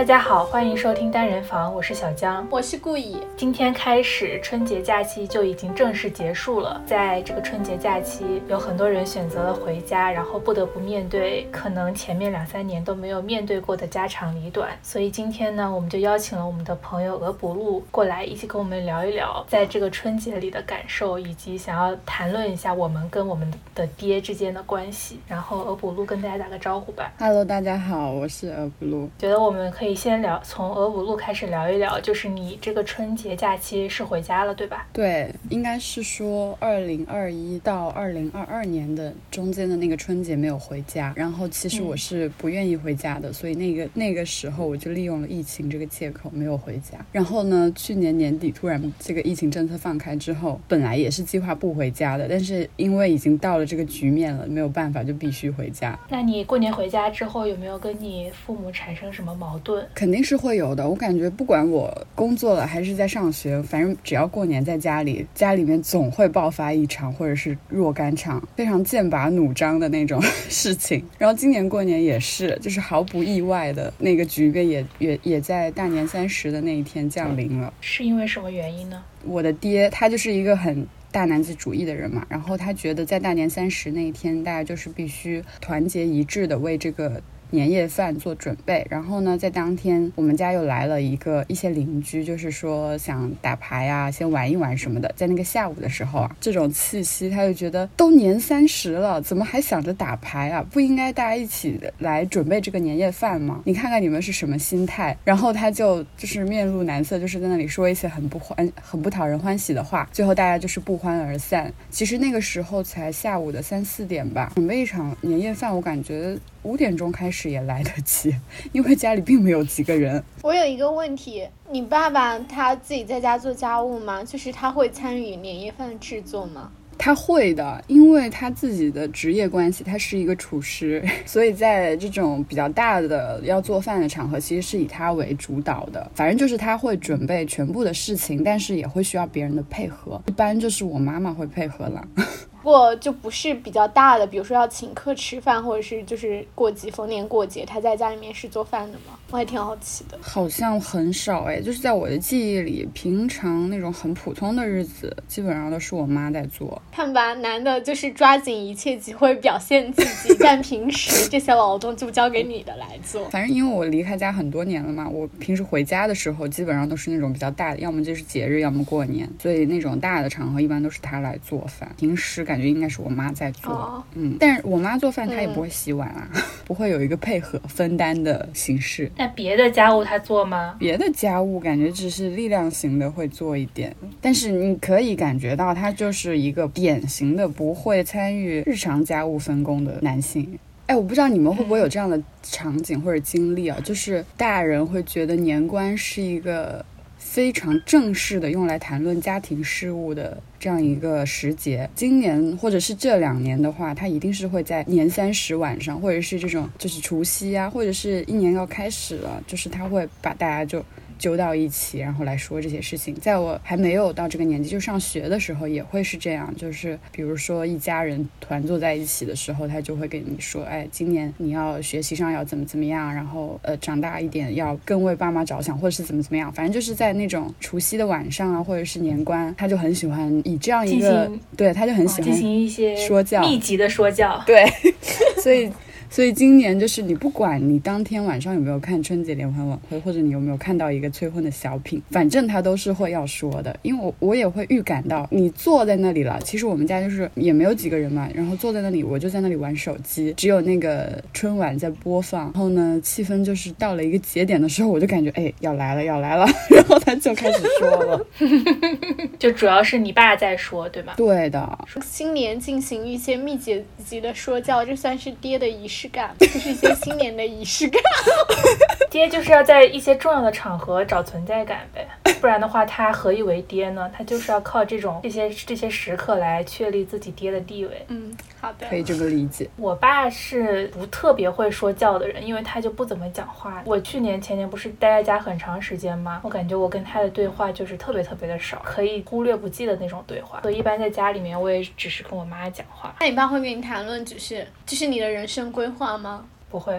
大家好，欢迎收听单人房，我是小江， 我是顾乙。 今天开始，春节假期就已经正式结束了。在这个春节假期，有很多人选择了回家，然后不得不面对可能前面2-3年都没有面对过的家长里短。所以今天呢，我们就邀请了我们的朋友俄卜路过来，一起跟我们聊一聊在这个春节里的感受，以及想要谈论一下我们跟我们的爹之间的关系。然后俄卜路跟大家打个招呼吧。 Hello， 大家好，我是俄卜路。 觉得我们可以先从俄卜路开始聊一聊，就是你这个春节假期是回家了对吧？ 对，应该是说2021到2022年的中间的那个春节没有回家，然后其实我是不愿意回家的，所以那个时候我就利用了疫情这个借口没有回家。然后呢，去年年底突然这个疫情政策放开之后，本来也是计划不回家的，但是因为已经到了这个局面了，没有办法就必须回家。 那你过年回家之后有没有跟你父母产生什么矛盾？ 肯定是会有的，我感觉不管我工作了还是在上学，反正只要过年在家里面总会爆发一场或者是若干场非常剑拔弩张的那种事情。然后今年过年也是，就是毫不意外的那个局面也在大年30的那一天降临了。 是因为什么原因呢？ 我的爹他就是一个很大男子主义的人嘛，然后他觉得在大年30那一天大家就是必须团结一致的为这个年夜饭做准备。然后呢，在当天我们家又来了一些邻居，就是说想打牌啊，先玩一玩什么的。在那个下午的时候啊，这种气息他就觉得都年30了，怎么还想着打牌啊？不应该大家一起来准备这个年夜饭吗？你看看你们是什么心态。然后他就是面露难色，就是在那里说一些很不讨人欢喜的话，最后大家就是不欢而散。其实那个时候才下午的3-4点吧，准备一场年夜饭，我感觉5点钟开始也来得及，因为家里并没有几个人。 我有一个问题，你爸爸他自己在家做家务吗？就是他会参与年夜饭制作吗？ 他会的，因为他自己的职业关系，他是一个厨师，所以在这种比较大的要做饭的场合，其实是以他为主导的。反正就是他会准备全部的事情，但是也会需要别人的配合，一般就是我妈妈会配合了。 不过就不是比较大的，比如说要请客吃饭，或者是就是逢年过节他在家里面是做饭的吗？我还挺好奇的。 好像很少就是在我的记忆里，平常那种很普通的日子基本上都是我妈在做。 看吧，男的就是抓紧一切机会表现自己，但平时这些劳动就交给女的来做。 反正因为我离开家很多年了嘛，我平时回家的时候基本上都是那种比较大的，要么就是节日，要么过年，所以那种大的场合一般都是她来做饭。平时感觉应该是我妈在做。但是我妈做饭她也不会洗碗啊，不会有一个配合分担的形式。 那别的家务她做吗？ 别的家务感觉只是力量型的会做一点，但是你可以感觉到她就是一个典型的不会参与日常家务分工的男性。我不知道你们会不会有这样的场景或者经历啊，就是大人会觉得年关是一个非常正式的用来谈论家庭事务的这样一个时节。今年或者是这2年的话，他一定是会在年30晚上，或者是这种就是除夕啊，或者是一年要开始了，就是他会把大家就揪到一起，然后来说这些事情。在我还没有到这个年纪，就上学的时候也会是这样，就是比如说一家人团坐在一起的时候，他就会跟你说，今年你要学习上要怎么样，然后长大一点要更为爸妈着想，或者是怎么样。反正就是在那种除夕的晚上啊，或者是年关，他就很喜欢以这样一个，对，他就很喜欢进行一些说教， 密集的说教。 对，所以今年就是你不管你当天晚上有没有看春节联欢晚会，或者你有没有看到一个催婚的小品，反正他都是会要说的。因为我也会预感到你坐在那里了，其实我们家就是也没有几个人嘛，然后坐在那里我就在那里玩手机，只有那个春晚在播放，然后呢气氛就是到了一个节点的时候，我就感觉要来了，然后他就开始说了。 就主要是你爸在说对吗？ 对的， 新年进行一些密集的说教，这算是爹的仪式感，就是一些新年的仪式感。 爹就是要在一些重要的场合找存在感呗，不然的话他何以为爹呢？他就是要靠这些时刻来确立自己爹的地位。 好的， 可以这么理解。 我爸是不特别会说教的人，因为他就不怎么讲话。我去年前年不是待在家很长时间吗？我感觉我跟他的对话就是特别的少，可以忽略不计的那种对话。所以一般在家里面我也只是跟我妈讲话。 那你爸会跟你谈论就是你的人生规划吗？ 不会。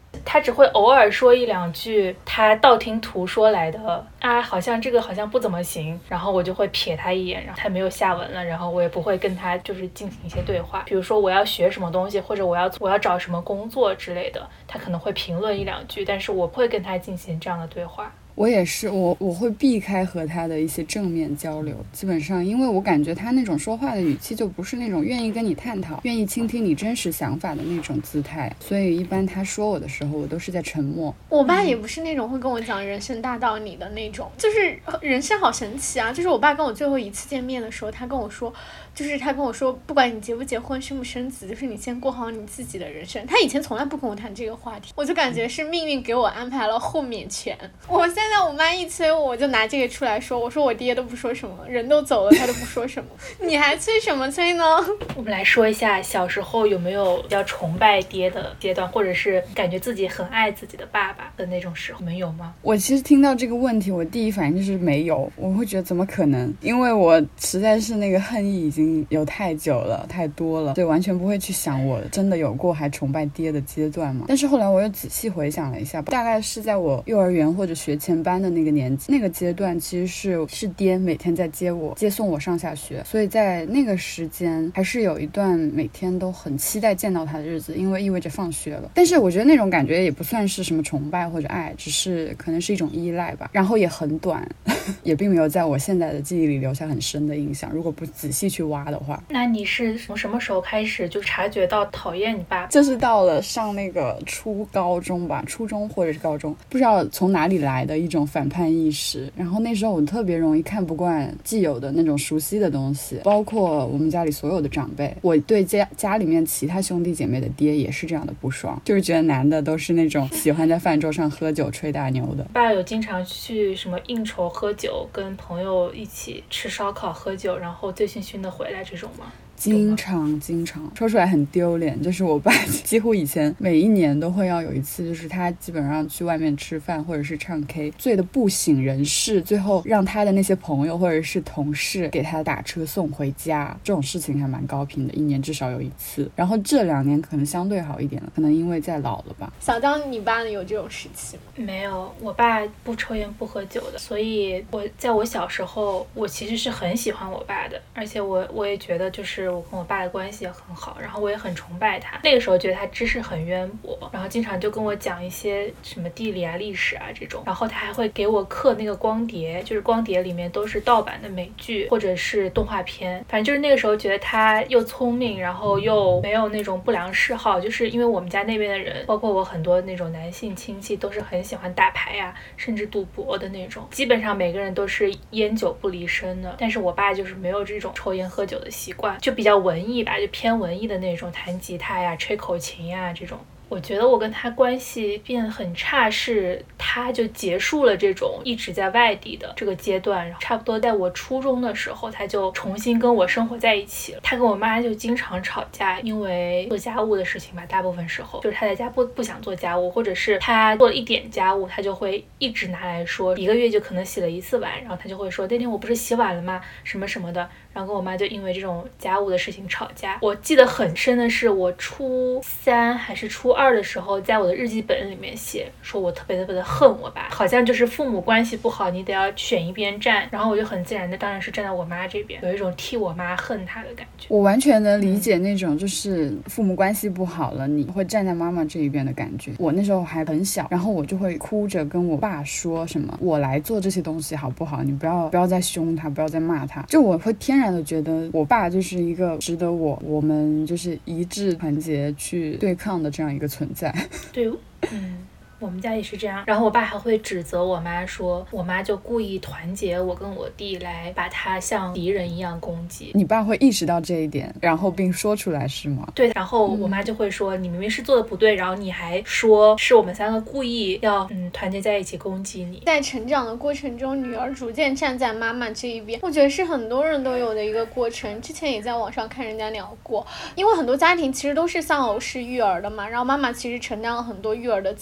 他只会偶尔说一两句他道听途说来的啊，好像这个好像不怎么行，然后我就会瞥他一眼，然后他没有下文了，然后我也不会跟他就是进行一些对话，比如说我要学什么东西，或者我要找什么工作之类的，他可能会评论一两句，但是我不会跟他进行这样的对话。 我也是，我会避开和他的一些正面交流，基本上因为我感觉他那种说话的语气就不是那种愿意跟你探讨、愿意倾听你真实想法的那种姿态，所以一般他说我的时候，我都是在沉默。 我爸也不是那种会跟我讲人生大道理的那种，就是人生好神奇啊！就是我爸跟我最后一次见面的时候，他跟我说，不管你结不结婚、生不生子，就是你先过好你自己的人生。他以前从来不跟我谈这个话题，我就感觉是命运给我安排了豁免权。现在我妈一催我就拿这个出来说，我说我爹都不说什么，人都走了他都不说什么，你还催什么催呢？ 我们来说一下小时候有没有比较崇拜爹的阶段，或者是感觉自己很爱自己的爸爸的那种时候，你们有吗？ 我其实听到这个问题，我第一反应就是没有，我会觉得怎么可能，因为我实在是那个恨意已经有太久了，太多了，对，完全不会去想我真的有过还崇拜爹的阶段嘛。但是后来我又仔细回想了一下，大概是在我幼儿园或者学前班的那个年纪，那个阶段其实是爹每天在接送我上下学，所以在那个时间还是有一段每天都很期待见到他的日子，因为意味着放学了。但是我觉得那种感觉也不算是什么崇拜或者爱，只是可能是一种依赖吧，然后也很短也并没有在我现在的记忆里留下很深的印象，如果不仔细去挖的话。 那你是从什么时候开始就察觉到讨厌你爸爸？ 就是到了上那个初高中吧，初中或者是高中，不知道从哪里来的一种反叛意识，然后那时候我特别容易看不惯既有的那种熟悉的东西，包括我们家里所有的长辈，我对家里面其他兄弟姐妹的爹也是这样的不爽，就是觉得男的都是那种喜欢在饭桌上喝酒吹大牛的。 爸有经常去什么应酬喝酒，跟朋友一起吃烧烤喝酒，然后醉醺醺的回来这种吗？ 经常说出来很丢脸，就是我爸几乎以前每一年都会要有一次，就是他基本上去外面吃饭或者是唱 K 醉得不省人事，最后让他的那些朋友或者是同事给他打车送回家，这种事情还蛮高频的，一年至少有一次。然后这2年可能相对好一点了，可能因为在老了吧。 小张，你爸有这种时期吗？ 没有，我爸不抽烟不喝酒的，所以在我小时候我其实是很喜欢我爸的，而且我也觉得就是我跟我爸的关系也很好，然后我也很崇拜他。那个时候觉得他知识很渊博，然后经常就跟我讲一些什么地理啊、历史啊这种。然后他还会给我刻那个光碟，就是光碟里面都是盗版的美剧或者是动画片。反正就是那个时候觉得他又聪明，然后又没有那种不良嗜好。就是因为我们家那边的人，包括我很多那种男性亲戚，都是很喜欢打牌啊，甚至赌博的那种。基本上每个人都是烟酒不离身的，但是我爸就是没有这种抽烟喝酒的习惯，就比较文艺吧，就偏文艺的那种，弹吉他呀、吹口琴呀这种。我觉得我跟他关系变得很差，是他就结束了这种一直在外地的这个阶段，然后差不多在我初中的时候，他就重新跟我生活在一起了。他跟我妈就经常吵架，因为做家务的事情吧，大部分时候就是他在家不想做家务，或者是他做了一点家务，他就会一直拿来说，一个月就可能洗了1次碗，然后他就会说那天我不是洗碗了吗？什么什么的。然后跟我妈就因为这种家务的事情吵架。我记得很深的是，我初3还是初2的时候，在我的日记本里面写，说我特别的恨我爸，好像就是父母关系不好，你得要选一边站。然后我就很自然的，当然是站在我妈这边，有一种替我妈恨她的感觉。 我完全能理解那种就是父母关系不好了，你会站在妈妈这一边的感觉。我那时候还很小，然后我就会哭着跟我爸说什么，我来做这些东西好不好？你不要再凶他，不要再骂他。就我会天然的觉得我爸就是一个值得我们就是一致团结去对抗的这样一个存在。 对，我们家也是这样。然后我爸还会指责我妈说，我妈就故意团结我跟我弟来把他像敌人一样攻击。 你爸会意识到这一点，然后并说出来是吗？ 对，然后我妈就会说，你明明是做的不对，然后你还说是我们3个故意要团结在一起攻击你。 在成长的过程中，女儿逐渐站在妈妈这一边，我觉得是很多人都有的一个过程。之前也在网上看人家聊过，因为很多家庭其实都是丧偶式育儿的嘛，然后妈妈其实承担了很多育儿的责任，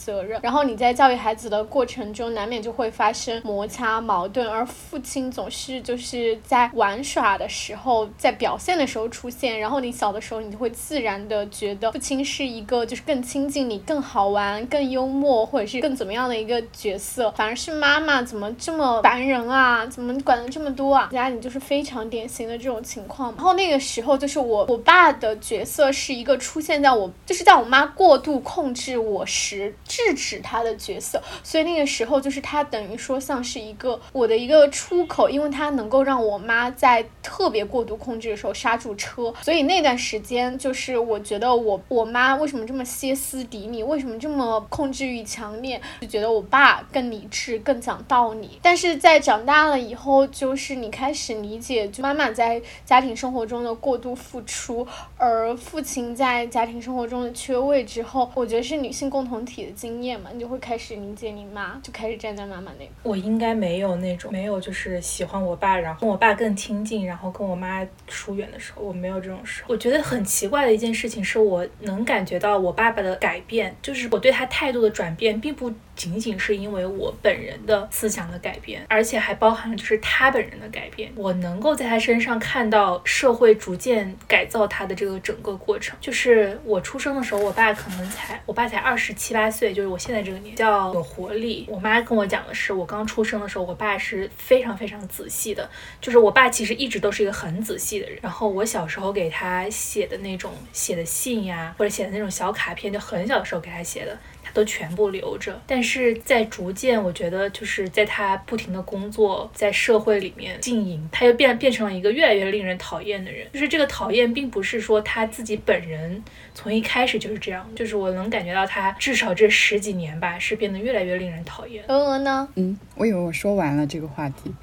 然后你在教育孩子的过程中难免就会发生摩擦矛盾，而父亲总是就是在玩耍的时候，在表现的时候出现，然后你小的时候你就会自然的觉得父亲是一个就是更亲近你、更好玩、更幽默或者是更怎么样的一个角色，反而是妈妈怎么这么烦人啊，怎么管了这么多啊，家里就是非常典型的这种情况。然后那个时候就是我爸的角色是一个出现在我就是在我妈过度控制我时制止她的角色，所以那个时候就是他等于说像是一个我的一个出口，因为他能够让我妈在特别过度控制的时候刹住车，所以那段时间就是我觉得我妈为什么这么歇斯底里，为什么这么控制欲强烈，就觉得我爸更理智更讲道理。但是在长大了以后，就是你开始理解就妈妈在家庭生活中的过度付出，而父亲在家庭生活中的缺位之后，我觉得是女性共同体的经验嘛，你就会开始理解你妈，就开始站在妈妈那边。 我应该没有就是喜欢我爸，然后跟我爸更亲近，然后跟我妈疏远的时候，我没有这种时候。我觉得很奇怪的一件事情是，我能感觉到我爸爸的改变，就是我对他态度的转变，并不仅仅是因为我本人的思想的改变，而且还包含了就是他本人的改变。我能够在他身上看到社会逐渐改造他的这个整个过程。就是我出生的时候，我爸才27、8岁，就是我现在这个年纪，叫有活力。我妈跟我讲的是，我刚出生的时候，我爸是非常非常仔细的，就是我爸其实一直都是一个很仔细的人。然后我小时候给他写的信呀，或者写的那种小卡片，就很小的时候给他写的，他都全部留着。但是在逐渐，我觉得就是在他不停的工作，在社会里面经营，他又变成了一个越来越令人讨厌的人。就是这个讨厌并不是说他自己本人从一开始就是这样，就是我能感觉到他至少这10几年吧，是变得越来越令人讨厌。 鹅鹅呢？ 我以为我说完了这个话题。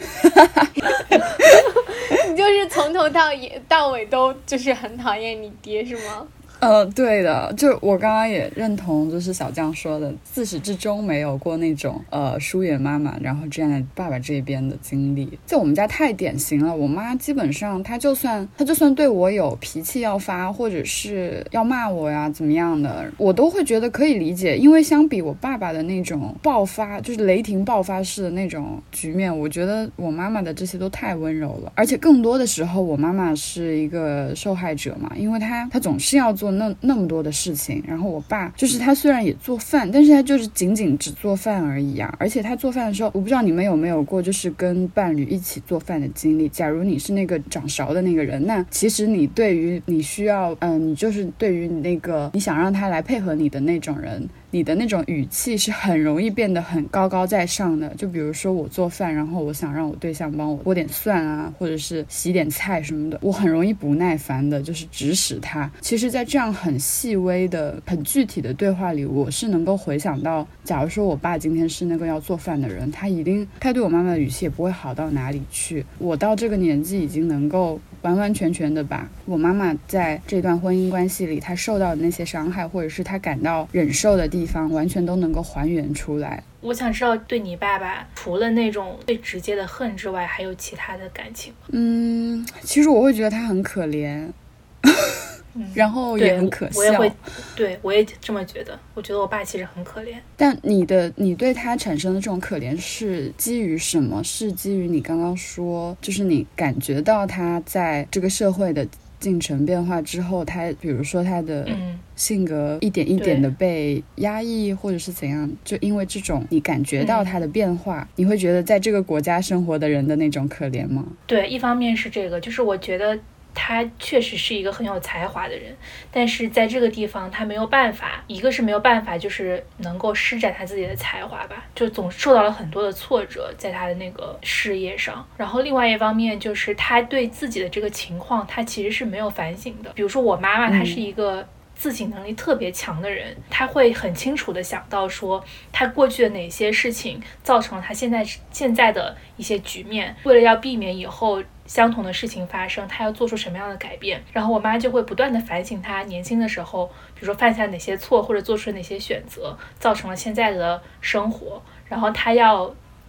你就是从头到尾都就是很讨厌你爹是吗？ 对的，就我刚刚也认同，就是小将说的，自始至终没有过那种疏远妈妈，然后站在爸爸这边的经历。在我们家太典型了，我妈基本上她就算对我有脾气要发，或者是要骂我呀怎么样的，我都会觉得可以理解，因为相比我爸爸的那种爆发，就是雷霆爆发式的那种局面，我觉得我妈妈的这些都太温柔了。而且更多的时候，我妈妈是一个受害者嘛，因为她总是要做那么多的事情，然后我爸就是他虽然也做饭，但是他就是仅仅只做饭而已啊。而且他做饭的时候，我不知道你们有没有过就是跟伴侣一起做饭的经历。假如你是那个掌勺的那个人，那其实你对于你需要你就是对于那个你想让他来配合你的那种人，你的那种语气是很容易变得很高高在上的。就比如说我做饭，然后我想让我对象帮我剥点蒜啊，或者是洗点菜什么的，我很容易不耐烦的就是指使他。其实在这样很细微的很具体的对话里，我是能够回想到，假如说我爸今天是那个要做饭的人，他对我妈妈的语气也不会好到哪里去。我到这个年纪已经能够完完全全的把我妈妈在这段婚姻关系里她受到的那些伤害，或者是她感到忍受的地方，完全都能够还原出来。 我想知道对你爸爸除了那种最直接的恨之外，还有其他的感情吗？ 其实我会觉得他很可怜然后也很可笑。 我也这么觉得。我觉得我爸其实很可怜。 但你对他产生的这种可怜是基于什么？是基于你刚刚说，就是你感觉到他在这个社会的进程变化之后，他比如说他的性格一点一点的被压抑，或者是怎样，就因为这种你感觉到他的变化，你会觉得在这个国家生活的人的那种可怜吗？ 对，一方面是这个，就是我觉得他确实是一个很有才华的人，但是在这个地方他没有办法，一个是没有办法就是能够施展他自己的才华吧，就总受到了很多的挫折在他的那个事业上。然后另外一方面就是他对自己的这个情况他其实是没有反省的。比如说我妈妈，她是一个自省能力特别强的人，他会很清楚的想到说他过去的哪些事情造成了他现在的一些局面，为了要避免以后相同的事情发生，他要做出什么样的改变。然后我妈就会不断的反省他年轻的时候，比如说犯下哪些错，或者做出哪些选择，造成了现在的生活。然后他要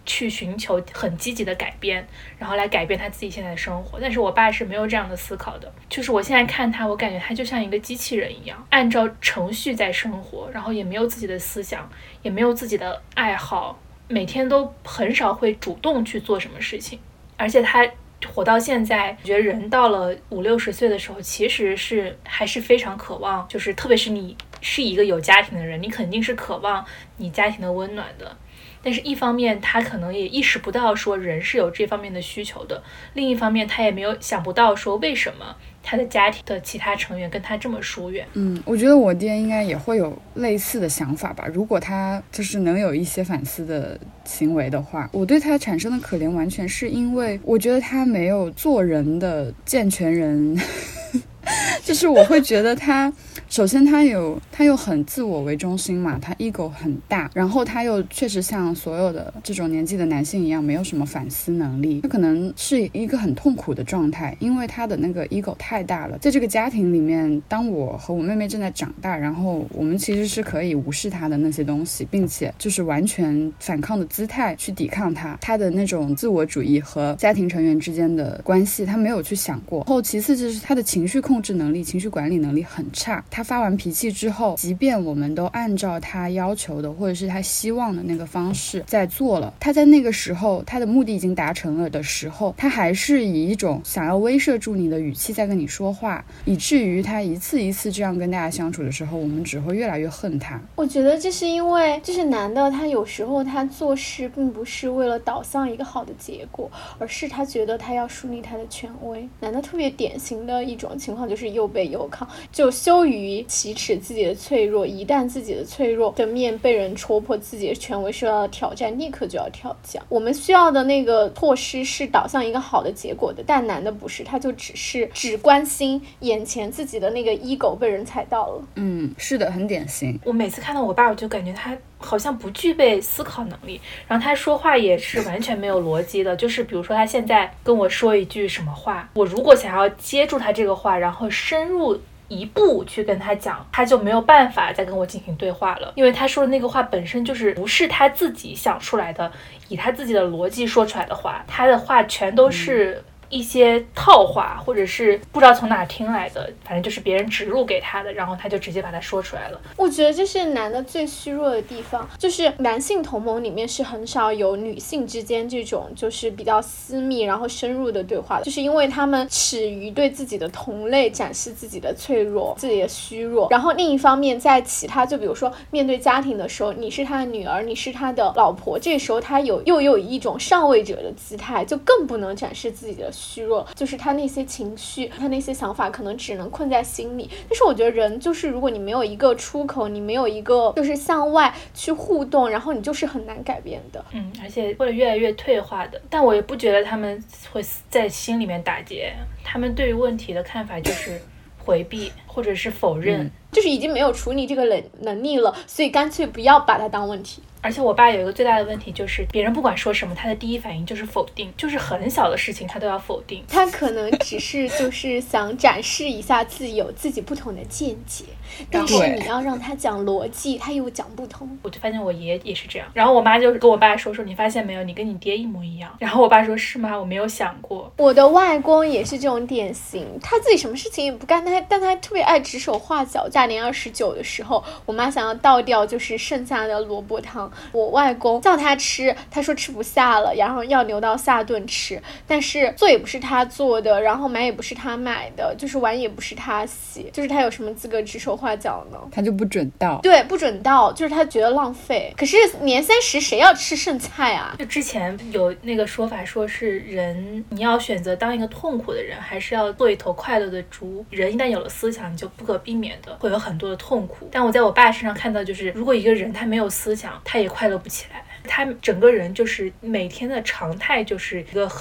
去寻求很积极的改变，然后来改变他自己现在的生活。但是我爸是没有这样的思考的，就是我现在看他，我感觉他就像一个机器人一样，按照程序在生活，然后也没有自己的思想，也没有自己的爱好，每天都很少会主动去做什么事情。而且他活到现在，我觉得人到了50-60岁的时候，其实还是非常渴望，就是特别是你是一个有家庭的人，你肯定是渴望你家庭的温暖的。但是一方面他可能也意识不到说人是有这方面的需求的，另一方面他也没有想不到说为什么他的家庭的其他成员跟他这么疏远。 我觉得我爹应该也会有类似的想法吧，如果他就是能有一些反思的行为的话。我对他产生的可怜完全是因为我觉得他没有做人的健全人就是我会觉得他首先他又很自我为中心嘛，他 ego 很大，然后他又确实像所有的这种年纪的男性一样没有什么反思能力，他可能是一个很痛苦的状态，因为他的那个 ego 太大了。在这个家庭里面，当我和我妹妹正在长大，然后我们其实是可以无视他的那些东西，并且就是完全反抗的姿态去抵抗他的那种自我主义和家庭成员之间的关系，他没有去想过。然后其次就是他的情绪控制能力、情绪管理能力很差，他发完脾气之后，即便我们都按照他要求的或者是他希望的那个方式在做了，他在那个时候他的目的已经达成了的时候，他还是以一种想要威慑住你的语气在跟你说话，以至于他一次一次这样跟大家相处的时候，我们只会越来越恨他。 我觉得这是因为就是男的他有时候他做事并不是为了导向一个好的结果，而是他觉得他要树立他的权威。男的特别典型的一种情况就是又卑又亢，就羞于启齿自己的脆弱，一旦自己的脆弱的面被人戳破，自己的权威受到了挑战，立刻就要跳脚。我们需要的那个措施是导向一个好的结果的，但男的不是，他就只关心眼前自己的那个 ego 被人踩到了。 是的，很典型。 我每次看到我爸，我就感觉他好像不具备思考能力，然后他说话也是完全没有逻辑的，就是比如说他现在跟我说一句什么话，我如果想要接住他这个话，然后深入一步去跟他讲，他就没有办法再跟我进行对话了，因为他说的那个话本身就是不是他自己想出来的，以他自己的逻辑说出来的话，他的话全都是一些套话，或者是不知道从哪听来的，反正就是别人植入给他的，然后他就直接把它说出来了。 我觉得这是男的最虚弱的地方，就是男性同盟里面是很少有女性之间这种就是比较私密然后深入的对话的，就是因为他们耻于对自己的同类展示自己的脆弱、自己的虚弱。然后另一方面在其他就比如说面对家庭的时候，你是他的女儿，你是他的老婆，这时候他又有一种上位者的姿态，就更不能展示自己的虚弱，就是他那些情绪，他那些想法可能只能困在心里。但是我觉得人就是如果你没有一个出口，你没有一个就是向外去互动，然后你就是很难改变的。 而且会越来越退化的。但我也不觉得他们会在心里面打结，他们对于问题的看法就是回避或者是否认， 就是已经没有处理这个能力了，所以干脆不要把它当问题。 而且我爸有一个最大的问题，就是别人不管说什么，他的第一反应就是否定，就是很小的事情他都要否定。 他可能只是就是想展示一下自己有自己不同的见解，但是你要让他讲逻辑，他又讲不通。 我就发现我爷也是这样，然后我妈就跟我爸说你发现没有，你跟你爹一模一样。然后我爸说是吗？我没有想过。 我的外公也是这种典型，他自己什么事情也不干，但他特别爱指手画脚。大年29的时候，我妈想要倒掉就是剩下的萝卜汤，我外公叫他吃，他说吃不下了，然后要留到下顿吃，但是做也不是他做的，然后买也不是他买的，就是碗也不是他洗，就是他有什么资格指手画脚呢？ 他就不准倒。 对，不准倒，就是他觉得浪费。可是年30谁要吃剩菜啊？ 就之前有那个说法，说是人你要选择当一个痛苦的人，还是要做一头快乐的猪。人一旦有了思想，你就不可避免的会有很多的痛苦。但我在我爸身上看到，就是如果一个人他没有思想，他也快乐不起来，他整个人就是每天的常态就是一个很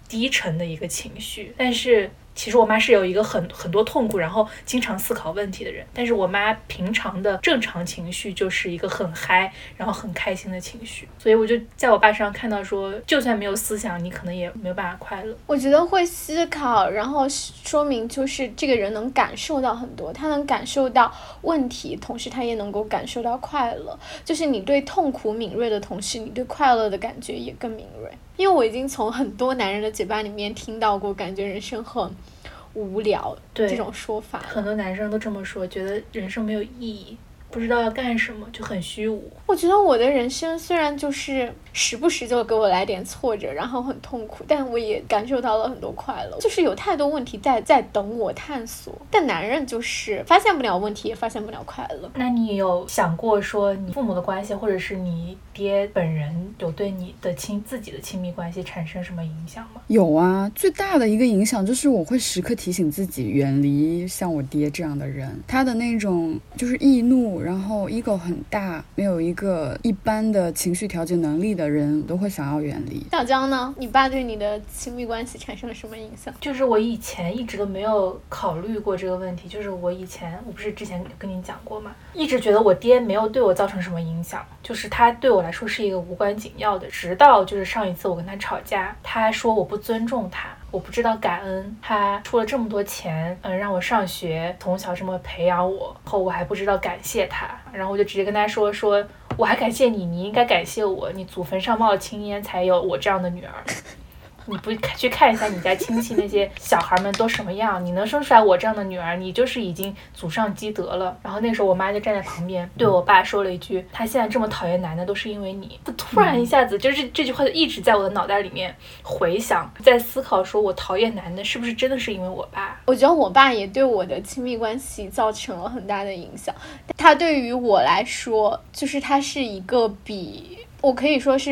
低沉的一个情绪。但是其实我妈是有一个很多痛苦，然后经常思考问题的人。但是我妈平常的正常情绪就是一个很嗨，然后很开心的情绪。所以我就在我爸身上看到说，就算没有思想，你可能也没有办法快乐。 我觉得会思考，然后说明就是这个人能感受到很多，他能感受到问题，同时他也能够感受到快乐。就是你对痛苦敏锐的同时，你对快乐的感觉也更敏锐。因为我已经从很多男人的嘴巴里面听到过，感觉人生很无聊这种说法。 很多男生都这么说，觉得人生没有意义，不知道要干什么，就很虚无。 我觉得我的人生虽然就是时不时就给我来点挫折，然后很痛苦，但我也感受到了很多快乐。就是有太多问题在等我探索，但男人就是发现不了问题，也发现不了快乐。 那你有想过说你父母的关系，或者是你爹本人有对你的自己的亲密关系产生什么影响吗？ 有啊，最大的一个影响就是我会时刻提醒自己远离像我爹这样的人，他的那种就是易怒，然后 ego 很大，没有一个一般的情绪调节能力的人都会想要远离。 小江呢？你爸对你的亲密关系产生了什么影响？ 就是我以前一直都没有考虑过这个问题，就是我不是之前跟你讲过吗？一直觉得我爹没有对我造成什么影响，就是他对我来说是一个无关紧要的。直到就是上一次我跟他吵架，他说我不尊重他，我不知道感恩，他出了这么多钱，让我上学，从小这么培养我，后我还不知道感谢他，然后我就直接跟他说我还感谢你，你应该感谢我，你祖坟上冒了青烟，才有我这样的女儿。你不去看一下你家亲戚那些小孩们都什么样，你能生出来我这样的女儿，你就是已经祖上积德了。然后那时候我妈就站在旁边对我爸说了一句，他现在这么讨厌男的都是因为你。突然一下子就是这句话就一直在我的脑袋里面回想，在思考说我讨厌男的是不是真的是因为我爸。 我觉得我爸也对我的亲密关系造成了很大的影响。他对于我来说，就是他是一个比我可以说是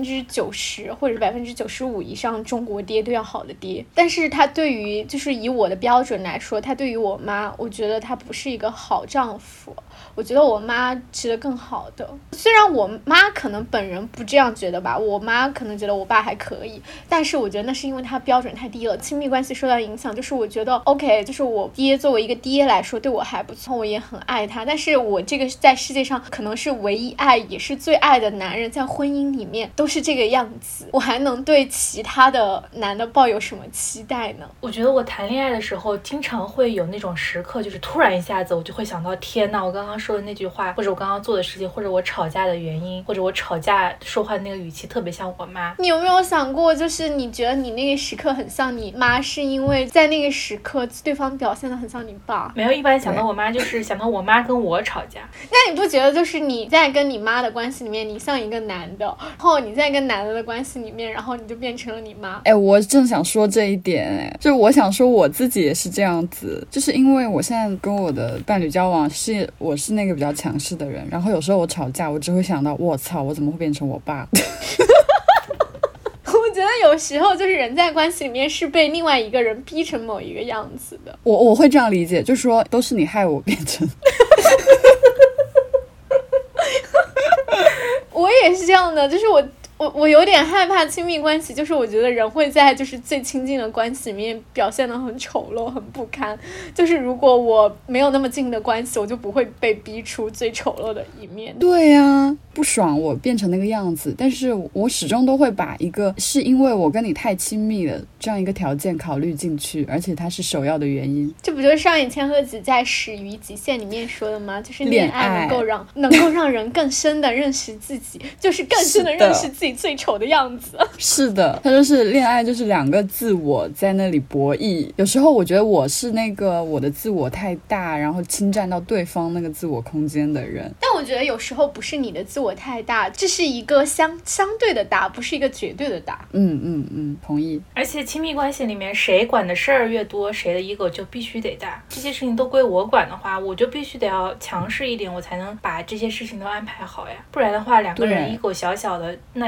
90%或者95%以上中国爹都要好的爹，但是他对于就是以我的标准来说，他对于我妈，我觉得他不是一个好丈夫。我觉得我妈值得更好的，虽然我妈可能本人不这样觉得吧，我妈可能觉得我爸还可以，但是我觉得那是因为他标准太低了。亲密关系受到影响，就是我觉得 OK， 就是我爹作为一个爹来说对我还不错，我也很爱他，但是我这个在世界上可能是唯一爱也是最爱的男人，在婚姻里面都是这个样子，我还能对其他的男的抱有什么期待呢？ 我觉得我谈恋爱的时候经常会有那种时刻，就是突然一下子我就会想到，天哪，我刚刚说的那句话，或者我刚刚做的事情，或者我吵架的原因，或者我吵架说话的那个语气特别像我妈。 你有没有想过，就是你觉得你那个时刻很像你妈，是因为在那个时刻对方表现得很像你爸？ 没有，一般想到我妈就是想到我妈跟我吵架。 那你不觉得就是你在跟你妈的关系里面你像一个男的，然后你在跟男的关系里面，然后你就变成了你妈？ 我正想说这一点，就是我想说我自己也是这样子，就是因为我现在跟我的伴侣交往我是那个比较强势的人，然后有时候我吵架我只会想到我操，我怎么会变成我爸。 我觉得有时候就是人在关系里面是被另外一个人逼成某一个样子的。 我会这样理解，就是说都是你害我变成我也是这样的，就是我有点害怕亲密关系，就是我觉得人会在就是最亲近的关系里面表现得很丑陋很不堪，就是如果我没有那么近的关系，我就不会被逼出最丑陋的一面。 对呀，不爽我变成那个样子，但是我始终都会把一个是因为我跟你太亲密了这样一个条件考虑进去，而且它是首要的原因。 这不就是上野千鹤子在《始于极限》里面说的吗？就是恋爱能够让人更深的认识自己，就是更深的认识自己最丑的样子。 是的，它就是恋爱，就是两个自我在那里博弈。有时候我觉得我是那个我的自我太大，然后侵占到对方那个自我空间的人。 但我觉得有时候不是你的自我太大，这是一个相对的大，不是一个绝对的大。 同意。 而且亲密关系里面谁管的事儿越多，谁的 ego 就必须得大。这些事情都归我管的话，我就必须得要强势一点，我才能把这些事情都安排好呀。不然的话，两个人 ego 小小的，那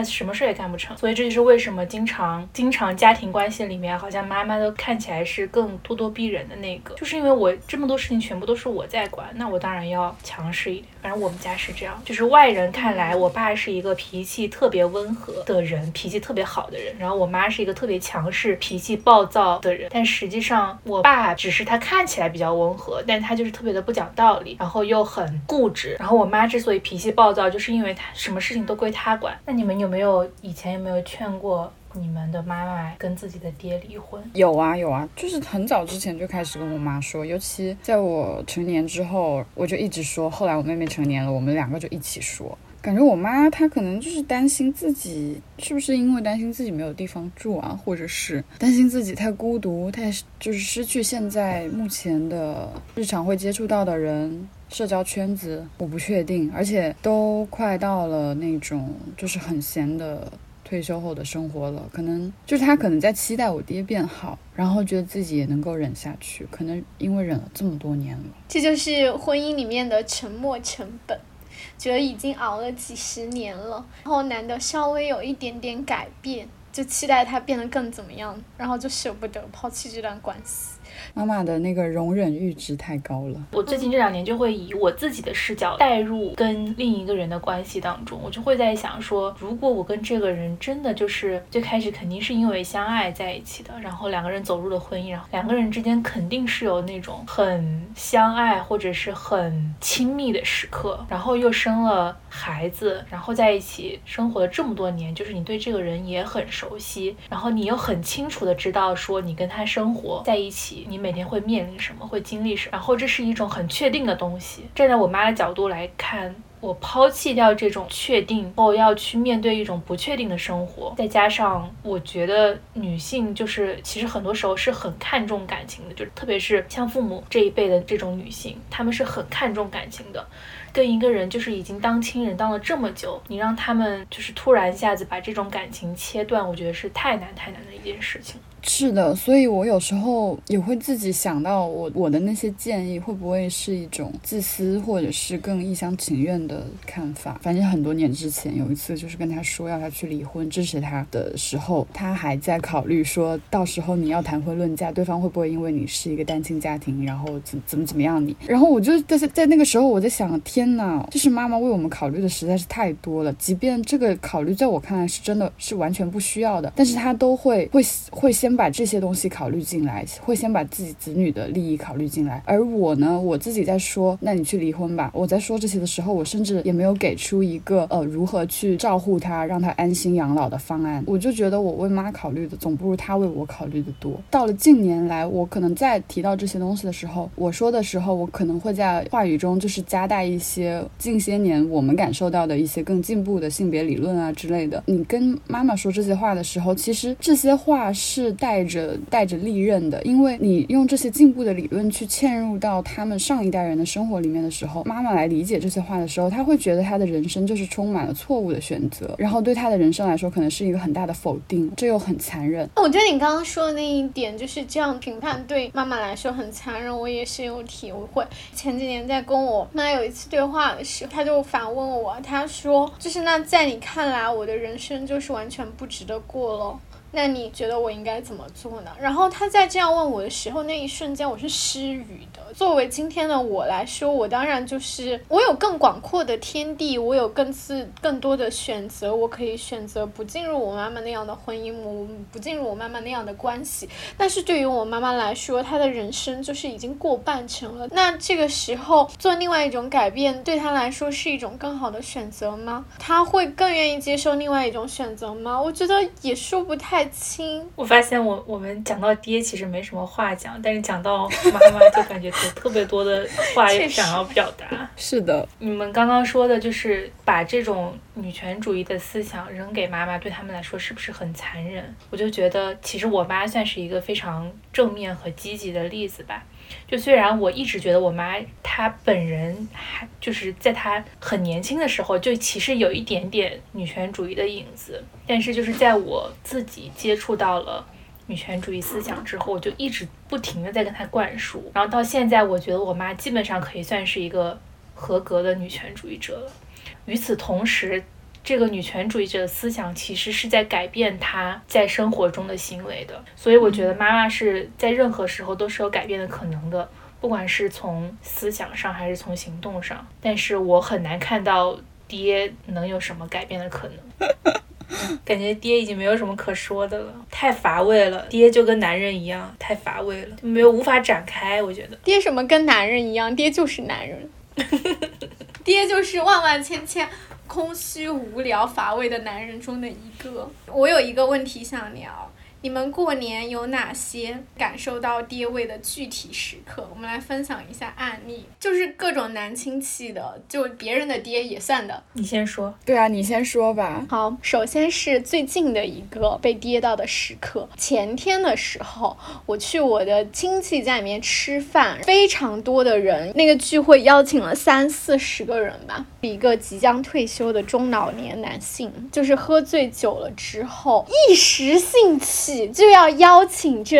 什么事也干不成。所以这就是为什么经常家庭关系里面好像妈妈都看起来是更咄咄逼人的那个，就是因为我这么多事情全部都是我在管，那我当然要强势一点。反正我们家是这样，就是外人看来我爸是一个脾气特别温和的人，脾气特别好的人，然后我妈是一个特别强势脾气暴躁的人。但实际上我爸只是他看起来比较温和，但他就是特别的不讲道理，然后又很固执。然后我妈之所以脾气暴躁，就是因为他什么事情都归他管。那你们以前有没有劝过你们的妈妈跟自己的爹离婚？ 有啊，就是很早之前就开始跟我妈说，尤其在我成年之后，我就一直说。后来我妹妹成年了，我们两个就一起说。感觉我妈她可能就是担心自己，是不是因为担心自己没有地方住啊，或者是担心自己太孤独，太就是失去现在目前的日常会接触到的人，社交圈子，我不确定。而且都快到了那种就是很闲的退休后的生活了，可能就是他可能在期待我爹变好，然后觉得自己也能够忍下去，可能因为忍了这么多年了。 这就是婚姻里面的沉没成本，觉得已经熬了几十年了，然后难得稍微有一点点改变，就期待他变得更怎么样，然后就舍不得抛弃这段关系。 妈妈的那个容忍阈值太高了。 我最近这2年就会以我自己的视角带入跟另一个人的关系当中，我就会在想说，如果我跟这个人真的就是最开始肯定是因为相爱在一起的，然后2个人走入了婚姻，然后2个人之间肯定是有那种很相爱或者是很亲密的时刻，然后又生了孩子，然后在一起生活了这么多年，就是你对这个人也很熟悉，然后你又很清楚的知道说你跟他生活在一起，你每天会面临什么，会经历什么，然后这是一种很确定的东西。站在我妈的角度来看，我抛弃掉这种确定后要去面对一种不确定的生活，再加上我觉得女性就是其实很多时候是很看重感情的，就特别是像父母这一辈的这种女性，她们是很看重感情的。跟一个人就是已经当亲人当了这么久，你让他们就是突然一下子把这种感情切断，我觉得是太难的一件事情。 是的，所以我有时候也会自己想到我的那些建议会不会是一种自私，或者是更一厢情愿的看法。反正很多年之前有一次就是跟他说要他去离婚，支持他的时候，他还在考虑说到时候你要谈婚论嫁，对方会不会因为你是一个单亲家庭然后怎么样你。然后我就在那个时候我在想，天哪，就是妈妈为我们考虑的实在是太多了，即便这个考虑在我看来是真的是完全不需要的，但是他都会先把这些东西考虑进来，会先把自己子女的利益考虑进来。而我呢，我自己在说那你去离婚吧，我在说这些的时候，我甚至也没有给出一个如何去照顾他让他安心养老的方案。我就觉得我为妈考虑的总不如他为我考虑的多。到了近年来，我可能在提到这些东西的时候，我说的时候，我可能会在话语中就是加带一些近些年我们感受到的一些更进步的性别理论啊之类的。你跟妈妈说这些话的时候，其实这些话是带着利刃的，因为你用这些进步的理论去嵌入到他们上一代人的生活里面的时候，妈妈来理解这些话的时候，她会觉得她的人生就是充满了错误的选择，然后对她的人生来说可能是一个很大的否定，这又很残忍。 我觉得你刚刚说的那一点就是这样评判对妈妈来说很残忍，我也是有体会。前几年在跟我妈有一次对话的时候，她就反问我，她说就是那在你看来我的人生就是完全不值得过了，那你觉得我应该怎么做呢？然后他在这样问我的时候，那一瞬间我是失语的。作为今天的我来说，我当然就是我有更广阔的天地，我有更多的选择，我可以选择不进入我妈妈那样的婚姻，我不进入我妈妈那样的关系。但是对于我妈妈来说，她的人生就是已经过半程了，那这个时候做另外一种改变对她来说是一种更好的选择吗？她会更愿意接受另外一种选择吗？我觉得也说不太清。 我发现我们讲到爹其实没什么话讲，但是讲到妈妈就感觉有特别多的话想要表达。 是的， 你们刚刚说的就是把这种女权主义的思想扔给妈妈，对他们来说是不是很残忍？我就觉得其实我妈算是一个非常正面和积极的例子吧。就虽然我一直觉得我妈她本人还就是在她很年轻的时候就其实有一点点女权主义的影子，但是就是在我自己接触到了女权主义思想之后，我就一直不停的在跟她灌输，然后到现在我觉得我妈基本上可以算是一个合格的女权主义者了。与此同时， 这个女权主义者的思想其实是在改变她在生活中的行为的。所以我觉得妈妈是在任何时候都是有改变的可能的，不管是从思想上还是从行动上。但是我很难看到爹能有什么改变的可能。感觉爹已经没有什么可说的了，太乏味了。爹就跟男人一样，太乏味了，就没有无法展开。我觉得爹什么跟男人一样，爹就是男人。爹就是万万千千空虚无聊乏味的男人中的一个。我有一个问题想聊，你们过年有哪些感受到爹味的具体时刻？我们来分享一下案例，就是各种男亲戚的，就别人的爹也算的。 你先说。 对啊，你先说吧。 好，首先是最近的一个被跌到的时刻。前天的时候，我去我的亲戚家里面吃饭，非常多的人，那个聚会邀请了30-40个人吧，一个即将退休的中老年男性，就是喝醉酒了之后，一时兴起就要邀请这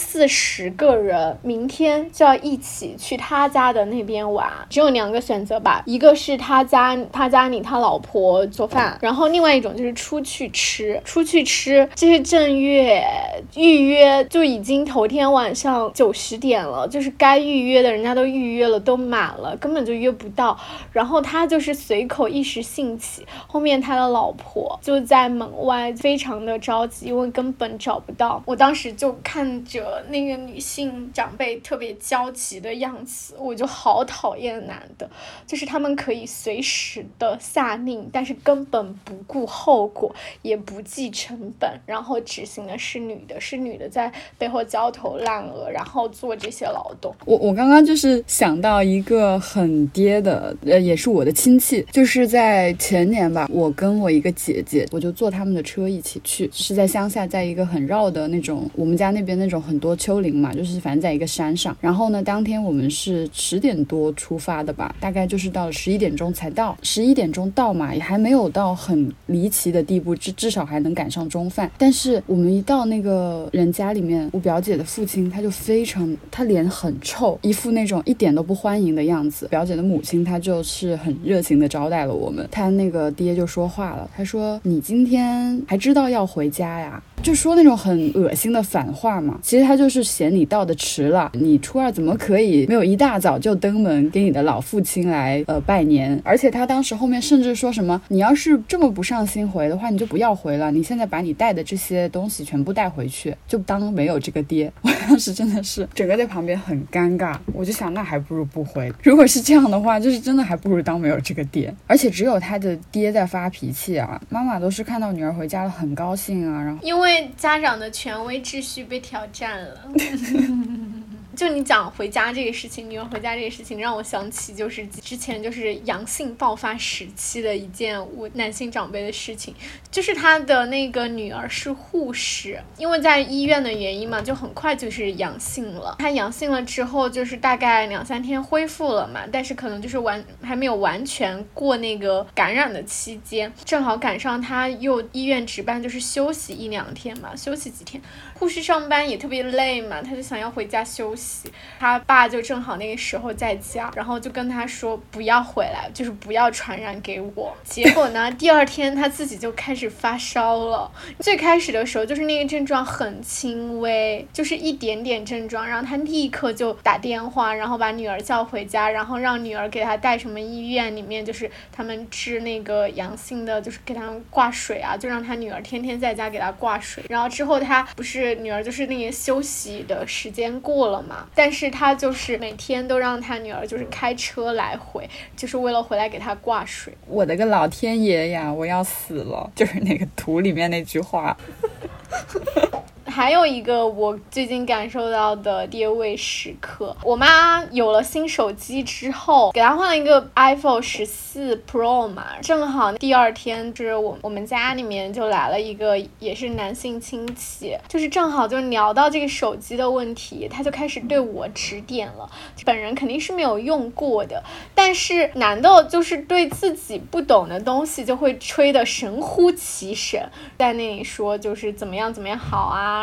30-40个人，明天就要一起去他家的那边玩。只有2个选择吧，一个是他家里他老婆做饭，然后另外一种就是出去吃。这些正月预约就已经头天晚上9-10点了，就是该预约的人家都预约了，都满了，根本就约不到。然后他就是随口一时兴起，后面他的老婆就在门外非常的着急，因为根本找不到。我当时就看着那个女性长辈特别焦急的样子，我就好讨厌男的，就是他们可以随时的下令，但是根本不顾后果，也不计成本，然后执行的是女的在背后焦头烂额，然后做这些劳动。 我刚刚就是想到一个很爹的，也是我的亲戚，就是在前年吧，我跟我一个姐姐，我就坐他们的车一起去，是在乡下，在一个很绕的那种，我们家那边那种很多丘陵嘛，就是反正在一个山上。然后呢，当天我们是10点多出发的吧，大概就是到了11点钟才到。11点钟到嘛，也还没有到很离奇的地步，至少还能赶上中饭。但是我们一到那个人家里面，我表姐的父亲他脸很臭，一副那种一点都不欢迎的样子。表姐的母亲她就是很热情的招待了我们，他那个爹就说话了，他说你今天还知道要回家呀？就说那种很恶心的反话嘛。其实他就是嫌你到的迟了，你初二怎么可以没有一大早就登门给你的老父亲来拜年？而且他当时后面甚至说什么，你要是这么不上心回的话，你就不要回了，你现在把你带的这些东西全部带回去，就当没有这个爹。我当时真的是整个在旁边很尴尬，我就想那还不如不回。如果是这样的话，就是真的还不如当没有这个爹。而且只有他的爹在发脾气啊，妈妈都是看到女儿回家了很高兴啊，然后因为家长的权威秩序被挑战了。就你讲回家这个事情，女儿回家这个事情让我想起就是之前就是阳性爆发时期的一件我男性长辈的事情，就是他的那个女儿是护士，因为在医院的原因嘛，就很快就是阳性了。他阳性了之后就是大概2-3天恢复了嘛，但是可能就是还没有完全过那个感染的期间，正好赶上他又医院值班，就是休息1-2天嘛，休息几天。护士上班也特别累嘛，他就想要回家休息。他爸就正好那个时候在家，然后就跟他说不要回来，就是不要传染给我。结果呢，第2天他自己就开始发烧了。最开始的时候就是那个症状很轻微，就是一点点症状，然后他立刻就打电话，然后把女儿叫回家，然后让女儿给他带什么医院里面就是他们治那个阳性的，就是给他挂水啊，就让他女儿天天在家给他挂水。然后之后他不是女儿就是那个休息的时间过了嘛，但是他就是每天都让他女儿就是开车来回，就是为了回来给他挂水。 我的个老天爷呀，我要死了，就是那个图里面那句话。 还有一个我最近感受到的爹味时刻，我妈有了新手机之后，给她换了一个 iPhone 14 Pro 嘛，正好第2天就是我们家里面就来了一个也是男性亲戚，就是正好就聊到这个手机的问题，他就开始对我指点了。本人肯定是没有用过的，但是男的就是对自己不懂的东西就会吹得神乎其神，在那里说就是怎么样怎么样好啊，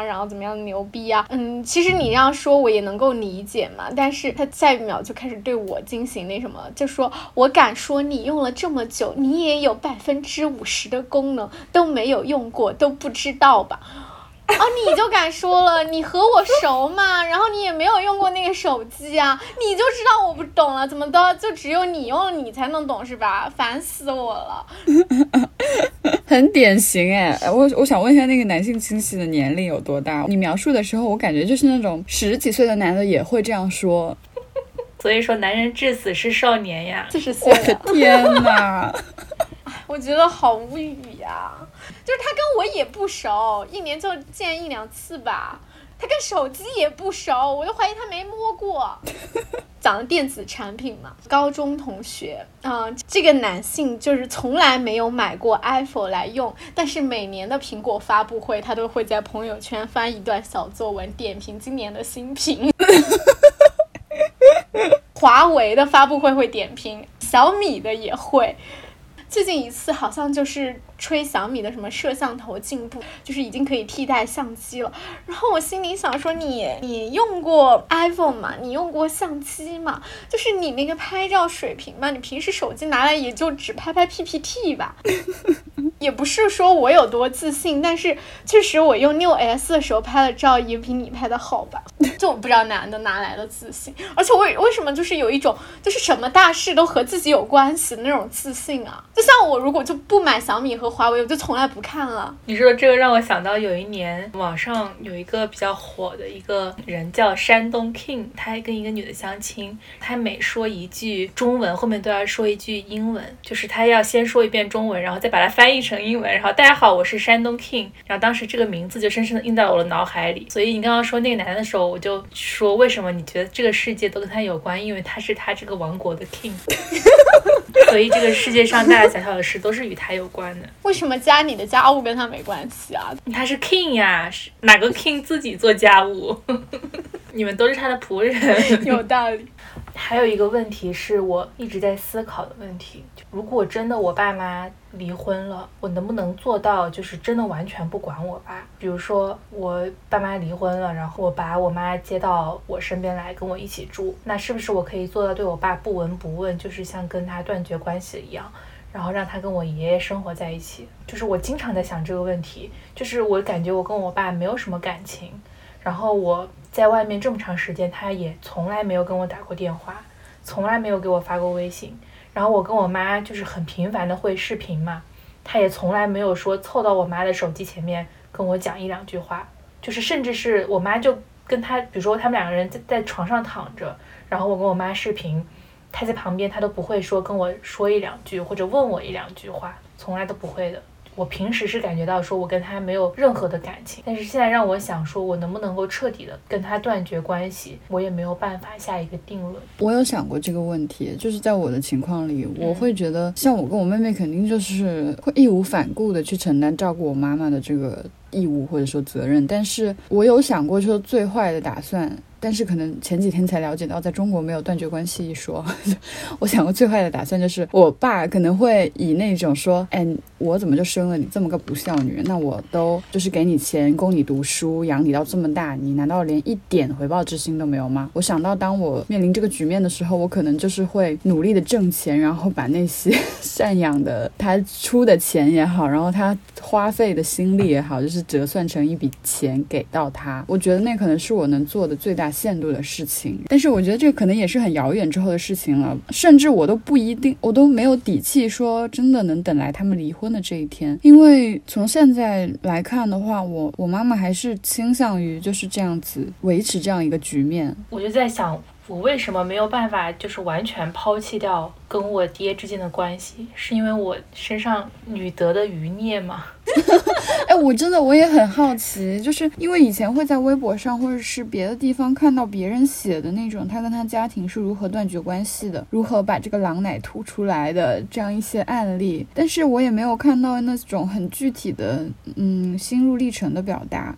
然后怎么样牛逼啊，其实你这样说我也能够理解嘛，但是他下一秒就开始对我进行那什么，就说我敢说你用了这么久，你也有50%的功能都没有用过，都不知道吧？你就敢说了，你和我熟嘛，然后你也没有用过那个手机啊，你就知道我不懂了，怎么的就只有你用了你才能懂是吧？烦死我了。 很典型哎，我想问一下那个男性亲戚的年龄有多大？你描述的时候我感觉就是那种10几岁的男的也会这样说。 所以说男人至死是少年呀 ，40岁了。 我的天哪我觉得好无语呀，就是他跟我也不熟，1年就见1、2次吧，他跟手机也不熟，我就怀疑他没摸过。讲的电子产品嘛，高中同学这个男性就是从来没有买过 iPhone 来用，但是每年的苹果发布会他都会在朋友圈发一段小作文点评今年的新品。华为的发布会会点评，小米的也会。最近一次好像就是吹小米的什么摄像头进步，就是已经可以替代相机了。然后我心里想说你用过 iPhone 吗？你用过相机吗？就是你那个拍照水平嘛，你平时手机拿来也就只拍 PPT 吧。也不是说我有多自信，但是确实我用 6S 的时候拍的照也比你拍的好吧。就我不知道男的哪来的自信，而且为什么就是有一种就是什么大事都和自己有关系的那种自信啊。就像我如果就不买小米和华为，我就从来不看了。 你说这个让我想到有一年网上有一个比较火的一个人叫山东 King， 他还跟一个女的相亲，他每说一句中文后面都要说一句英文，就是他要先说一遍中文，然后再把它翻译成英文，然后大家好我是山东 King， 然后当时这个名字就深深的印到我的脑海里。所以你刚刚说那个男的时候，我就说为什么你觉得这个世界都跟他有关，因为他是他这个王国的 King。 所以这个世界上大大小小的事都是与他有关的。 为什么家里的家务跟他没关系啊？ 他是 King 呀，哪个 King 自己做家务？你们都是他的仆人。 有道理。 还有一个问题是我一直在思考的问题，如果真的我爸妈离婚了，我能不能做到就是真的完全不管我爸？比如说我爸妈离婚了，然后我把我妈接到我身边来跟我一起住，那是不是我可以做到对我爸不闻不问，就是像跟他断绝关系一样，然后让他跟我爷爷生活在一起？就是我经常在想这个问题，就是我感觉我跟我爸没有什么感情，然后我在外面这么长时间，他也从来没有跟我打过电话，从来没有给我发过微信，然后我跟我妈就是很频繁的会视频嘛，他也从来没有说凑到我妈的手机前面跟我讲1、2句话，就是甚至是我妈就跟他，比如说他们2个人在床上躺着，然后我跟我妈视频，他在旁边他都不会说跟我说1、2句或者问我1、2句话，从来都不会的。我平时是感觉到说我跟他没有任何的感情，但是现在让我想说我能不能够彻底的跟他断绝关系，我也没有办法下一个定论。 我有想过这个问题，就是在我的情况里，我会觉得像我跟我妹妹肯定就是会义无反顾的去承担照顾我妈妈的这个义务或者说责任，但是我有想过说最坏的打算，但是可能前几天才了解到在中国没有断绝关系一说。我想过最坏的打算就是我爸可能会以那种说，哎，我怎么就生了你这么个不孝女，那我都就是给你钱供你读书养你到这么大，你难道连一点回报之心都没有吗？我想到当我面临这个局面的时候，我可能就是会努力的挣钱，然后把那些赡养的他出的钱也好，然后他花费的心力也好，就是折算成一笔钱给到他。我觉得那可能是我能做的最大限度的事情，但是我觉得这可能也是很遥远之后的事情了，甚至我都不一定，我都没有底气说真的能等来他们离婚的这一天。因为从现在来看的话，我妈妈还是倾向于就是这样子维持这样一个局面。 我就在想我为什么没有办法就是完全抛弃掉跟我爹之间的关系，是因为我身上女德的余孽吗？ 哎，我也很好奇，就是因为以前会在微博上或者是别的地方看到别人写的那种他跟他家庭是如何断绝关系的，如何把这个狼奶吐出来的这样一些案例，但是我也没有看到那种很具体的心路历程的表达。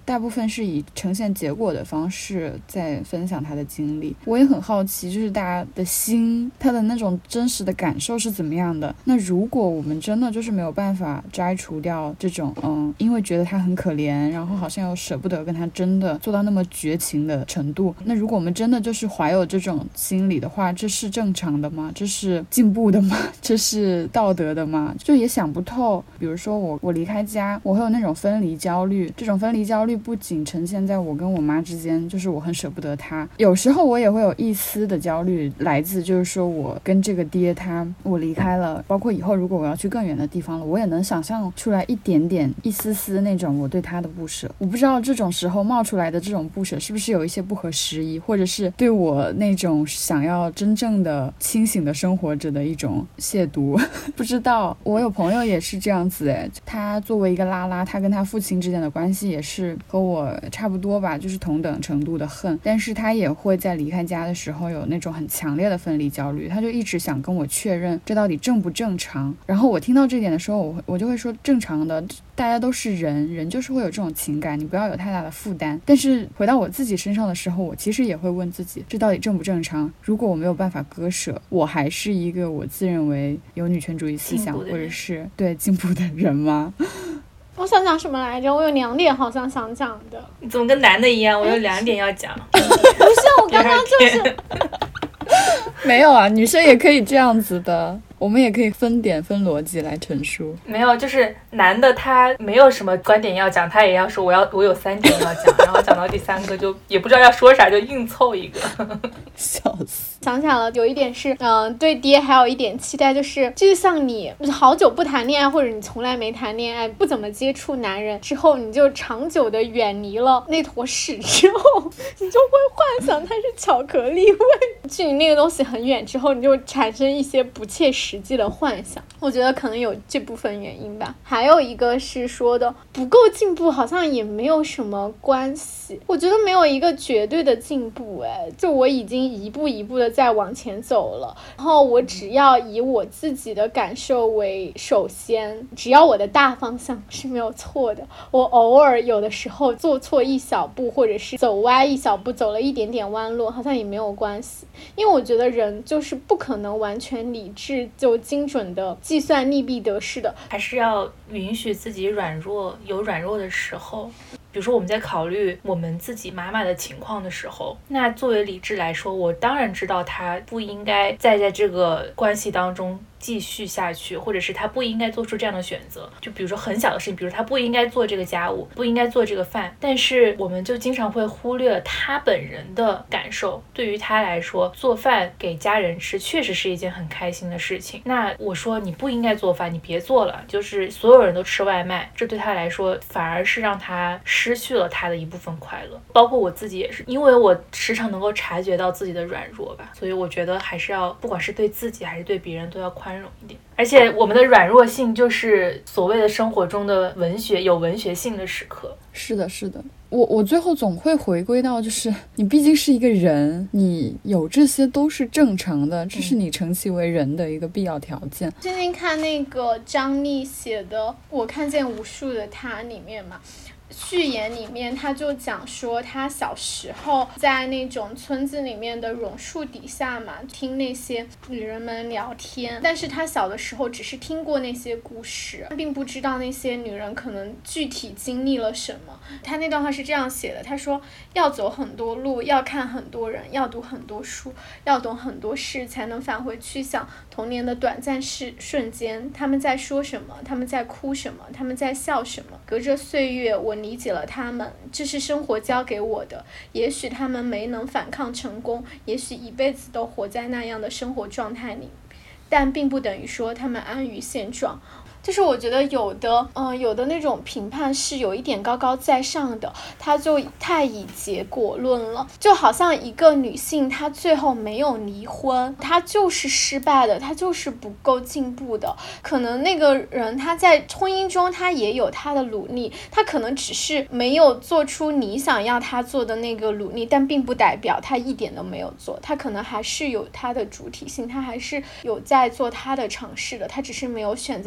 大部分是以呈现结果的方式在分享他的经历。我也很好奇，就是大家的心，他的那种真实的感受是怎么样的。那如果我们真的就是没有办法摘除掉这种因为觉得他很可怜，然后好像又舍不得跟他真的做到那么绝情的程度，那如果我们真的就是怀有这种心理的话，这是正常的吗？这是进步的吗？这是道德的吗？就也想不透。比如说我离开家，我会有那种分离焦虑，这种分离焦虑不仅呈现在我跟我妈之间，就是我很舍不得她，有时候我也会有一丝的焦虑，来自就是说我跟这个爹我离开了，包括以后如果我要去更远的地方了，我也能想象出来一点点一丝丝那种我对他的不舍。我不知道这种时候冒出来的这种不舍是不是有一些不合时宜，或者是对我那种想要真正的清醒的生活着的一种亵渎不知道。我有朋友也是这样子他作为一个拉拉，他跟他父亲之间的关系也是和我差不多吧，就是同等程度的恨，但是他也会在离开家的时候有那种很强烈的分离焦虑，他就一直想跟我确认这到底正不正常。然后我听到这点的时候，我就会说正常的，大家都是人就是会有这种情感，你不要有太大的负担。但是回到我自己身上的时候，我其实也会问自己，这到底正不正常？如果我没有办法割舍，我还是一个我自认为有女权主义思想或者是对进步的人吗？ 我想讲什么来着？我有2点好像想讲的。 你怎么跟男的一样？我有2点要讲。 不是，我刚刚就是没有啊，女生也可以这样子的，我们也可以分点分逻辑来陈述。 没有，就是男的他没有什么观点要讲，他也要说我有3点要讲，然后讲到第3个就也不知道要说啥，就硬凑一个笑死。 想起来了，有一点是对爹还有一点期待，就是像你好久不谈恋爱，或者你从来没谈恋爱，不怎么接触男人之后，你就长久的远离了那坨屎之后，你就会幻想它是巧克力味，距离那个东西很远之后，你就产生一些不切实际的幻想。我觉得可能有这部分原因吧。还有一个是说的不够进步，好像也没有什么关系。我觉得没有一个绝对的进步，就我已经一步一步的在往前走了，然后我只要以我自己的感受为首先，只要我的大方向是没有错的，我偶尔有的时候做错一小步，或者是走歪一小步，走了一点点弯路，好像也没有关系。因为我觉得人就是不可能完全理智就精准的计算利弊得失的， 还是要允许自己软弱，有软弱的时候。比如说我们在考虑我们自己妈妈的情况的时候，那作为理智来说，我当然知道她不应该再在这个关系当中继续下去，或者是他不应该做出这样的选择。就比如说很小的事情，比如他不应该做这个家务，不应该做这个饭，但是我们就经常会忽略了他本人的感受。对于他来说，做饭给家人吃确实是一件很开心的事情。那我说你不应该做饭，你别做了，就是所有人都吃外卖，这对他来说反而是让他失去了他的一部分快乐。包括我自己也是，因为我时常能够察觉到自己的软弱吧，所以我觉得还是要不管是对自己还是对别人都要宽容一点。而且我们的软弱性就是所谓的生活中的有文学性的时刻。 是的是的，我最后总会回归到，就是你毕竟是一个人，你有这些都是正常的，这是你成其为人的一个必要条件。 最近看那个张力写的《我看见无数的他》里面嘛，序言里面他就讲说他小时候在那种村子里面的榕树底下嘛，听那些女人们聊天，但是他小的时候只是听过那些故事，并不知道那些女人可能具体经历了什么。他那段话是这样写的，他说要走很多路，要看很多人，要读很多书，要懂很多事，才能返回去想童年的短暂瞬间，他们在说什么，他们在哭什么，他们在笑什么。隔着岁月，我理解了他们，这是生活教给我的。也许他们没能反抗成功，也许一辈子都活在那样的生活状态里，但并不等于说他们安于现状。就是我觉得有的那种评判是有一点高高在上的，他就太以结果论了，就好像一个女性她最后没有离婚，她就是失败的，她就是不够进步的。可能那个人他在婚姻中他也有他的努力，他可能只是没有做出你想要他做的那个努力，但并不代表他一点都没有做，他可能还是有他的主体性，他还是有在做他的尝试的，他只是没有选择你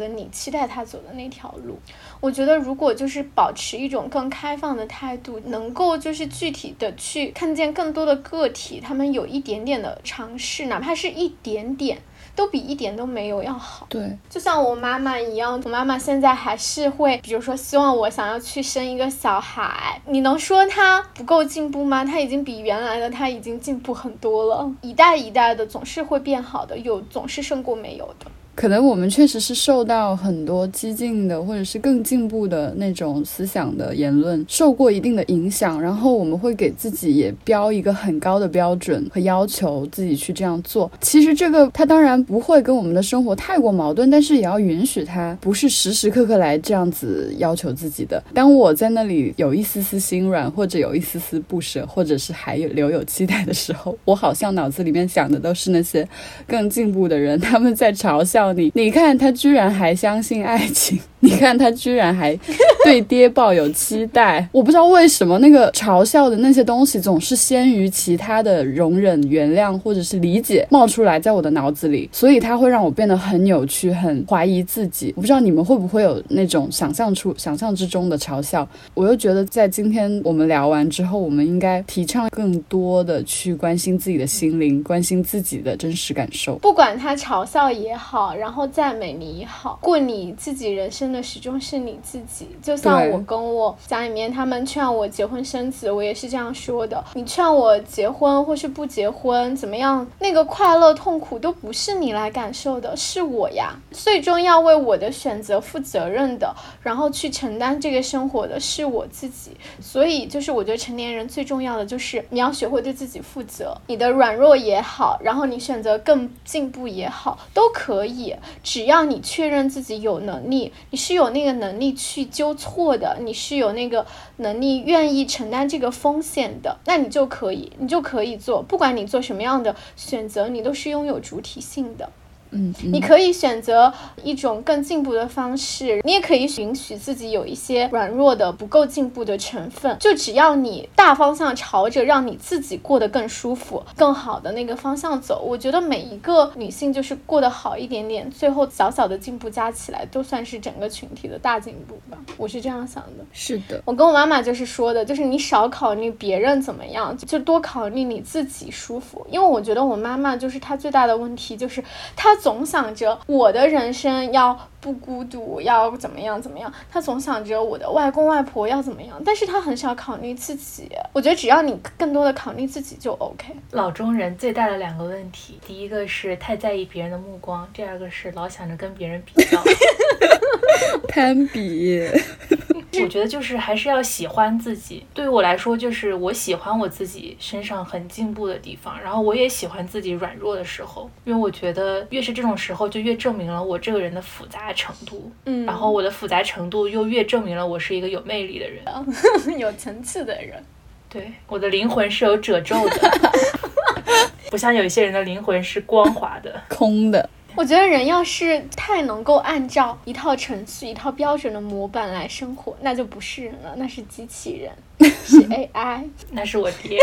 期待他走的那条路。我觉得如果就是保持一种更开放的态度，能够就是具体的去看见更多的个体，他们有一点点的尝试，哪怕是一点点，都比一点都没有要好。 对， 就像我妈妈一样，我妈妈现在还是会比如说希望我想要去生一个小孩，你能说她不够进步吗？她已经比原来的她已经进步很多了。一代一代的总是会变好的，有总是胜过没有的。 可能我们确实是受到很多激进的或者是更进步的那种思想的言论受过一定的影响，然后我们会给自己也标一个很高的标准和要求自己去这样做。其实这个它当然不会跟我们的生活太过矛盾，但是也要允许它不是时时刻刻来这样子要求自己的。当我在那里有一丝丝心软，或者有一丝丝不舍，或者是还留有期待的时候，我好像脑子里面想的都是那些更进步的人，他们在嘲笑你看他居然还相信爱情，你看他居然还对爹抱有期待。我不知道为什么那个嘲笑的那些东西总是先于其他的容忍、原谅或者是理解冒出来在我的脑子里，所以它会让我变得很扭曲，很怀疑自己。我不知道你们会不会有那种想象之中的嘲笑。我又觉得在今天我们聊完之后，我们应该提倡更多的去关心自己的心灵，关心自己的真实感受。 不管他嘲笑也好，然后赞美你也好，过你自己人生的始终是你自己。就像我跟我家里面他们劝我结婚生子，我也是这样说的，你劝我结婚或是不结婚怎么样，那个快乐痛苦都不是你来感受的，是我呀。最终要为我的选择负责任的，然后去承担这个生活的是我自己。所以就是我觉得成年人最重要的就是你要学会对自己负责，你的软弱也好，然后你选择更进步也好，都可以，只要你确认自己有能力，你是有那个能力去纠错的，你是有那个能力愿意承担这个风险的，那你就可以做。不管你做什么样的选择，你都是拥有主体性的。你可以选择一种更进步的方式，你也可以允许自己有一些软弱的不够进步的成分，就只要你大方向朝着让你自己过得更舒服更好的那个方向走，我觉得每一个女性就是过得好一点点，最后小小的进步加起来都算是整个群体的大进步吧，我是这样想的。 是的， 我跟我妈妈就是说的，就是你少考虑别人怎么样，就多考虑你自己舒服。因为我觉得我妈妈就是她最大的问题就是她总想着我的人生要不孤独，要怎么样怎么样，她总想着我的外公外婆要怎么样，但是她很少考虑自己。我觉得只要你更多的考虑自己就 OK。 老中人最大的两个问题，第一个是太在意别人的目光，第二个是老想着跟别人比较攀比我觉得就是还是要喜欢自己。对于我来说，就是我喜欢我自己身上很进步的地方，然后我也喜欢自己软弱的时候，因为我觉得越是这种时候就越证明了我这个人的复杂程度，然后我的复杂程度又越证明了我是一个有魅力的人有层次的人。 对，我的灵魂是有褶皱的不像有一些人的灵魂是光滑的空的。 我觉得人要是太能够按照一套程序一套标准的模板来生活，那就不是人了，那是机器人是 AI 那是我爹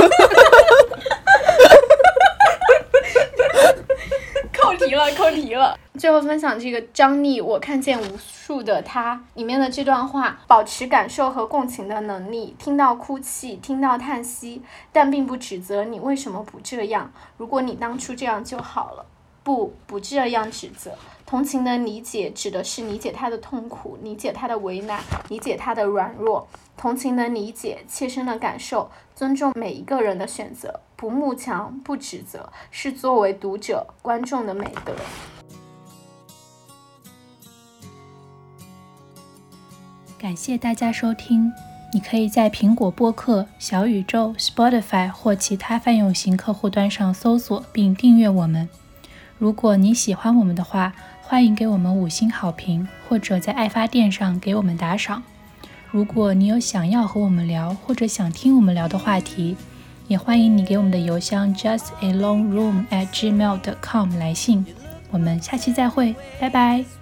扣题了。最后分享这个张力我看见无数的他里面的这段话，保持感受和共情的能力，听到哭泣，听到叹息，但并不指责你为什么不这样，如果你当初这样就好了。不这样指责。同情的理解指的是理解他的痛苦，理解他的为难，理解他的软弱。同情的理解，切身的感受，尊重每一个人的选择，不慕强，不指责，是作为读者观众的美德。 感谢大家收听，你可以在苹果播客、小宇宙、Spotify 或其他泛用型客户端上搜索并订阅我们。如果你喜欢我们的话，欢迎给我们5星好评，或者在爱发电上给我们打赏。如果你有想要和我们聊或者想听我们聊的话题，也欢迎你给我们的邮箱 justalongroom@gmail.com 来信。我们下期再会，拜拜。